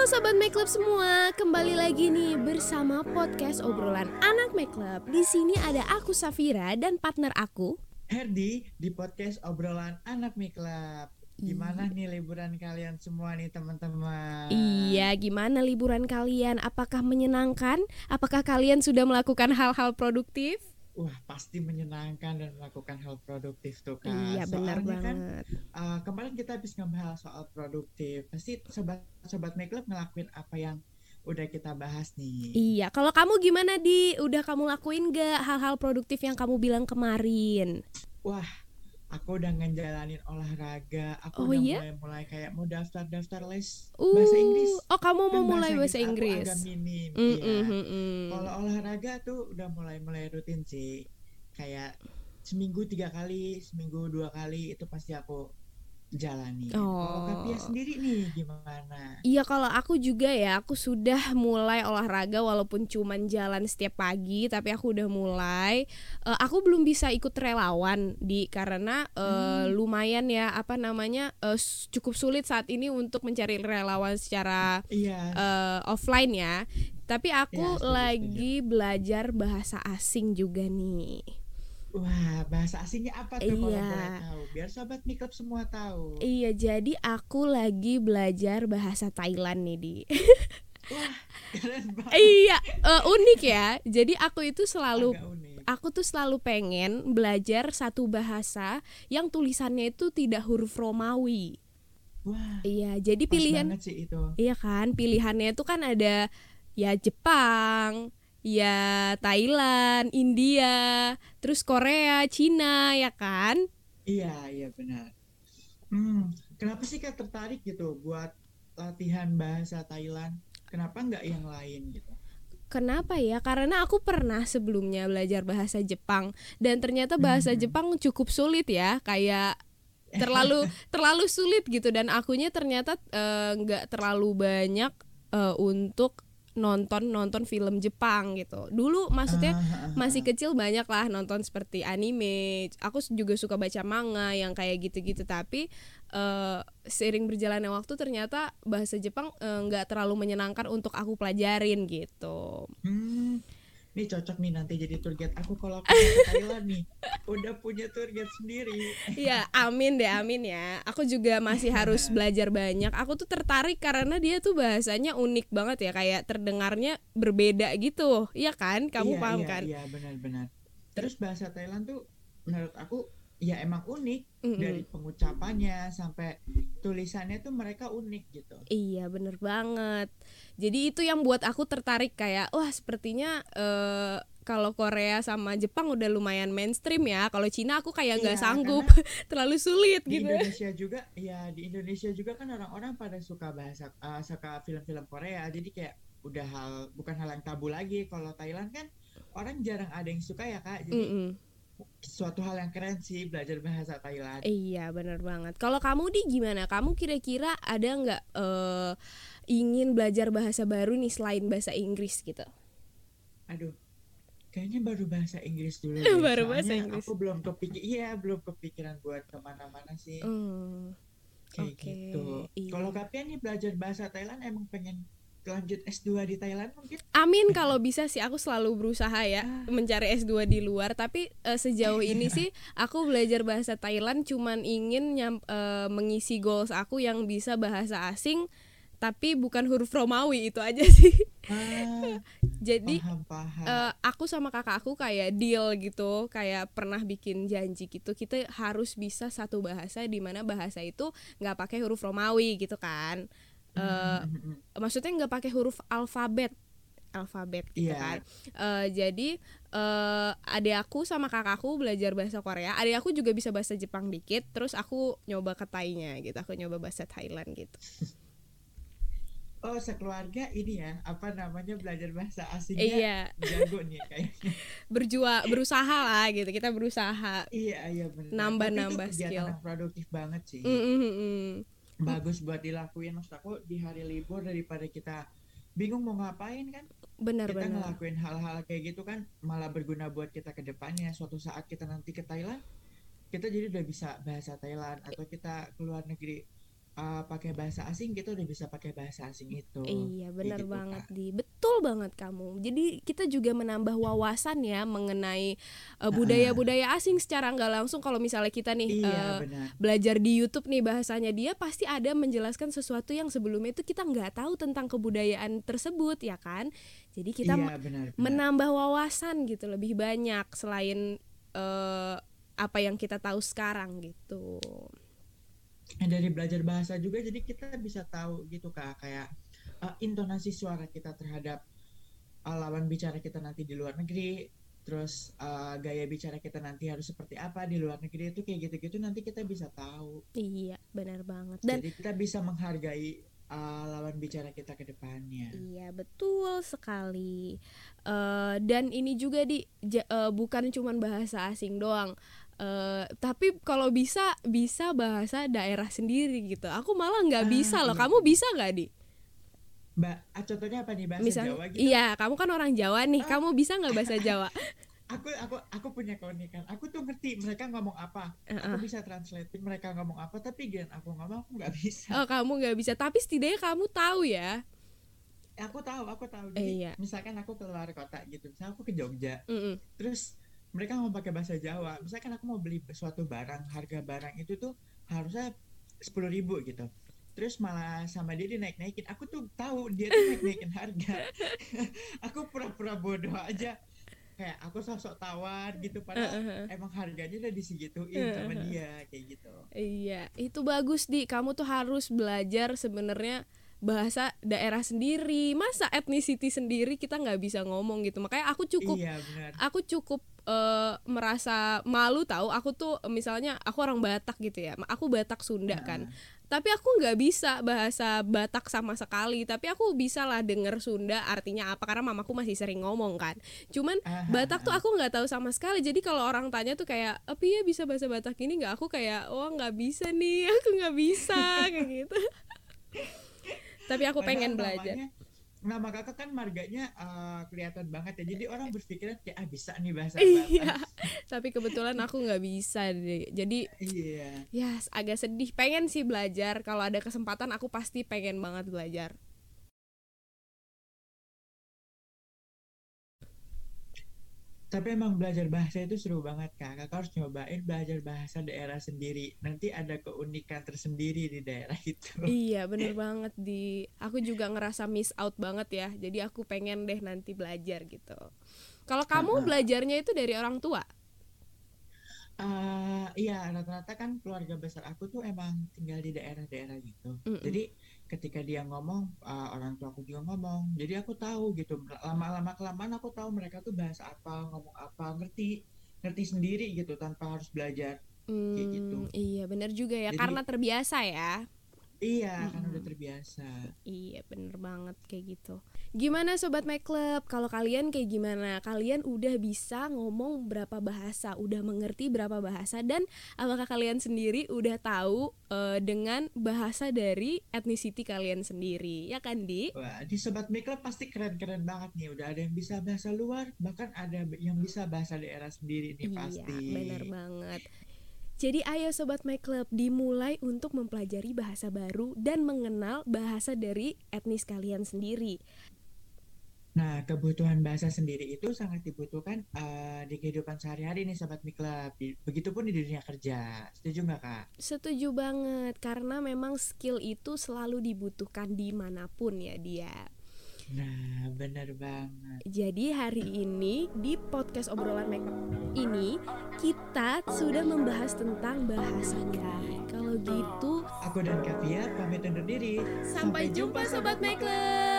Sobat Make Club semua, kembali lagi nih bersama podcast obrolan anak Make Club. Di sini ada aku Safira dan partner aku Herdi di podcast obrolan anak Miklab. Gimana nih liburan kalian semua nih teman-teman? Iya, gimana liburan kalian? Apakah menyenangkan? Apakah kalian sudah melakukan hal-hal produktif? Wah, pasti menyenangkan dan melakukan hal produktif tuh Iya, Kak. benar Soalnya kan banget. kemarin kita habis ngebahas soal produktif. Pasti sobat Miklab ngelakuin apa yang udah kita bahas nih. Iya, kalau kamu gimana Di? Udah kamu lakuin gak hal-hal produktif yang kamu bilang kemarin? Wah, aku udah ngejalanin olahraga. Aku Oh udah iya? mulai kayak mau daftar les bahasa Inggris. Oh kamu mau Kan mulai bahasa Inggris bahasa aku agak Inggris? minim, Mm, mm, iya. mm, mm. Kalau olahraga tuh udah mulai rutin sih. Kayak seminggu 3 kali, seminggu 2 kali itu pasti aku jalanin. Kalau Kapia Oh. sendiri nih gimana? Iya kalau aku juga ya, aku sudah mulai olahraga walaupun cuman jalan setiap pagi, tapi aku udah mulai. Aku belum bisa ikut relawan karena Hmm, lumayan ya cukup sulit saat ini untuk mencari relawan secara iya, offline ya. Tapi iya aku setuju. lagi belajar bahasa asing juga nih. Wah, bahasa asingnya apa tuh kalau Iya. boleh tahu? Biar sobat Miklab semua tahu. Iya, jadi aku lagi belajar bahasa Thailand nih di. Wah, keren banget. Iya, unik ya. Jadi Agak unik. aku tuh selalu pengen belajar satu bahasa yang tulisannya itu tidak huruf Romawi. Wah, Iya, jadi pas banget sih itu. iya kan, pilihannya itu kan ada ya Jepang, ya Thailand, India, terus Korea, Cina, ya kan? Iya, iya benar. Kenapa sih Kak tertarik gitu buat latihan bahasa Thailand? Kenapa nggak yang lain gitu? Kenapa ya? Karena aku pernah sebelumnya belajar bahasa Jepang dan ternyata bahasa Hmm. Jepang cukup sulit ya, kayak terlalu terlalu sulit gitu dan akunya ternyata nggak terlalu banyak untuk nonton film Jepang gitu. Dulu maksudnya masih kecil banyak lah nonton seperti anime. Aku juga suka baca manga yang kayak gitu-gitu tapi seiring berjalannya waktu ternyata bahasa Jepang nggak terlalu menyenangkan untuk aku pelajarin gitu. Hmm, Nih cocok nih nanti jadi tour guide aku kalau aku mau ke Thailand nih. Udah punya tour guide sendiri. Iya, amin deh, amin ya. Aku juga masih harus belajar banyak. Aku tuh tertarik karena dia tuh bahasanya unik banget ya, kayak terdengarnya berbeda gitu. Iya kan? Kamu Iya, paham iya, kan? iya, benar-benar. Terus bahasa Thailand tuh menurut aku ya emang unik dari Mm-mm. pengucapannya sampai tulisannya tuh mereka unik gitu. Iya, bener banget. Jadi itu yang buat aku tertarik kayak, wah sepertinya kalau Korea sama Jepang udah lumayan mainstream ya. Kalau Cina aku kayak nggak Iya, sanggup, karena terlalu sulit di gitu. Indonesia juga ya di Indonesia juga kan orang-orang pada suka film-film Korea jadi kayak udah bukan hal yang tabu lagi. Kalau Thailand kan orang jarang ada yang suka ya Kak, jadi Mm-mm. suatu hal yang keren sih belajar bahasa Thailand. Iya benar banget. Kalau kamu di gimana? Kamu kira-kira ada nggak ingin belajar bahasa baru nih selain bahasa Inggris gitu? Aduh, kayaknya baru bahasa Inggris dulu deh, Baru bahasa soalnya aku Inggris. belum kepikiran buat kemana-mana sih Hmm, kayak oke, gitu. Kalau iya. Kapian nih belajar bahasa Thailand emang pengen lanjut S2 di Thailand mungkin. Amin kalau bisa sih aku selalu berusaha ya ah mencari S2 di luar tapi sejauh ini sih aku belajar bahasa Thailand cuman ingin mengisi goals aku yang bisa bahasa asing tapi bukan huruf Romawi itu aja sih. ah Jadi Paham, paham. aku sama kakak aku kayak deal gitu, kayak pernah bikin janji gitu, kita harus bisa satu bahasa di mana bahasa itu nggak pakai huruf Romawi gitu kan. Eh, Maksudnya nggak pakai huruf alfabet gitu kan. Iya. Jadi adik aku sama kakakku belajar bahasa Korea, adik aku juga bisa bahasa Jepang dikit, terus aku nyoba ke Thainya gitu, aku nyoba bahasa Thailand gitu. Oh, sekeluarga ini ya, apa namanya belajar bahasa asingnya Iya, jago nih kayaknya. berusaha lah gitu, kita berusaha Iya, iya benar. Tapi itu nambah-nambah kegiatan skill. yang produktif banget sih. Mm-mm. Bagus buat dilakuin. Maksud aku di hari libur daripada kita bingung mau ngapain kan, kita Benar-benar. ngelakuin hal-hal kayak gitu kan malah berguna buat kita ke depannya. Suatu saat kita nanti ke Thailand, kita jadi udah bisa bahasa Thailand atau kita ke luar negeri pakai bahasa asing, kita udah bisa pakai bahasa asing itu. Iya, benar Kayak gitu, banget, Kak. betul banget kamu. Jadi kita juga menambah wawasan ya mengenai Heeh. budaya-budaya asing secara nggak langsung. Kalau misalnya kita nih Iya, benar. belajar di YouTube nih bahasanya, dia pasti ada menjelaskan sesuatu yang sebelumnya itu kita nggak tahu tentang kebudayaan tersebut, ya kan? Jadi kita Iya, benar-benar. menambah wawasan gitu lebih banyak selain apa yang kita tahu sekarang gitu. Dari belajar bahasa juga jadi kita bisa tahu gitu, Kak, kayak intonasi suara kita terhadap lawan bicara kita nanti di luar negeri, terus gaya bicara kita nanti harus seperti apa di luar negeri, itu kayak gitu-gitu nanti kita bisa tahu. Iya, benar banget. Dan Jadi kita bisa menghargai lawan bicara kita ke depannya. iya, betul sekali. Dan ini juga bukan cuman bahasa asing doang. Tapi kalau bisa bahasa daerah sendiri gitu. Aku malah nggak bisa loh. Iya. Kamu bisa nggak, Di? Mbak, contohnya apa nih, bahasa Misalnya, Jawa gitu? iya, kamu kan orang Jawa nih. Ah, Kamu bisa nggak bahasa Jawa? aku punya keunikan. Aku tuh ngerti mereka ngomong apa. Aku Heeh. bisa translatein mereka ngomong apa, tapi gian aku ngomong aku nggak bisa. Oh, kamu nggak bisa. Tapi setidaknya kamu tahu ya. Aku tahu. Jadi Iya. misalkan aku keluar kota gitu, misalnya aku ke Jogja, Mm-mm. terus mereka ngomong pakai bahasa Jawa. Misalkan aku mau beli suatu barang, harga barang itu tuh harusnya 10.000 gitu. Terus malah sama dia naik-naikin. Aku tuh tahu dia tuh naik-naikin harga. Aku pura-pura bodoh aja. Kayak aku sosok tawar gitu, padahal Heeh. emang harganya udah disegituin sama Heeh. dia kayak gitu. Iya, itu bagus, Di. Kamu tuh harus belajar sebenarnya bahasa daerah sendiri. Masa ethnicity sendiri kita nggak bisa ngomong gitu. Makanya Iya, benar. aku cukup merasa malu tahu. Aku tuh misalnya aku orang Batak gitu ya. Aku Batak Sunda kan. Heeh. Tapi aku nggak bisa bahasa Batak sama sekali. Tapi aku bisa lah denger Sunda artinya apa, karena mamaku masih sering ngomong kan. Cuman Ah, ah, Batak tuh ah. aku nggak tahu sama sekali. Jadi kalau orang tanya tuh kayak, apa ya bisa bahasa Batak ini nggak? Aku kayak, oh nggak bisa nih, aku nggak bisa kayak gitu. Tapi aku Padahal pengen belajar. nama kakak kan marganya kelihatan banget ya. Jadi orang berpikiran kayak bisa nih bahasa Iya, Batak. tapi kebetulan aku nggak bisa deh. Jadi Iya. ya agak sedih. Pengen sih belajar. Kalau ada kesempatan aku pasti pengen banget belajar. Tapi emang belajar bahasa itu seru banget, Kak. Kakak harus nyobain belajar bahasa daerah sendiri. Nanti ada keunikan tersendiri di daerah itu. Iya, bener banget. Aku juga ngerasa miss out banget ya. Jadi aku pengen deh nanti belajar gitu. Kalau kamu belajarnya itu dari orang tua? Iya, rata-rata kan keluarga besar aku tuh emang tinggal di daerah-daerah gitu. Mm-mm. Jadi ketika dia ngomong, orang tua aku juga ngomong. Jadi aku tahu gitu. Lama-lama kelamaan aku tahu mereka tuh bahasa apa, ngomong apa, ngerti sendiri gitu tanpa harus belajar kayak gitu. Iya, bener juga ya. Karena Jadi terbiasa ya. iya, kan udah Mm-mm. terbiasa. Iya, bener banget kayak gitu. Gimana Sobat My Club? Kalau kalian kayak gimana? Kalian udah bisa ngomong berapa bahasa? Udah mengerti berapa bahasa? Dan apakah kalian sendiri udah tahu dengan bahasa dari ethnicity kalian sendiri? Ya kan, Di? Wah, di Sobat Mikro pasti keren-keren banget nih. Udah ada yang bisa bahasa luar, bahkan ada yang bisa bahasa daerah sendiri nih Iya, pasti. bener banget. Jadi ayo Sobat My Club, dimulai untuk mempelajari bahasa baru dan mengenal bahasa dari etnis kalian sendiri. Nah, kebutuhan bahasa sendiri itu sangat dibutuhkan di kehidupan sehari-hari nih Sobat Mikro. Begitupun di dunia kerja. Setuju nggak, Kak? Setuju banget, karena memang skill itu selalu dibutuhkan dimanapun ya dia. Nah, benar banget. Jadi hari ini di podcast obrolan makeup ini kita sudah membahas tentang bahasa Kalau gitu Aku dan Kavia pamit undur diri. sampai jumpa Sobat Makeup.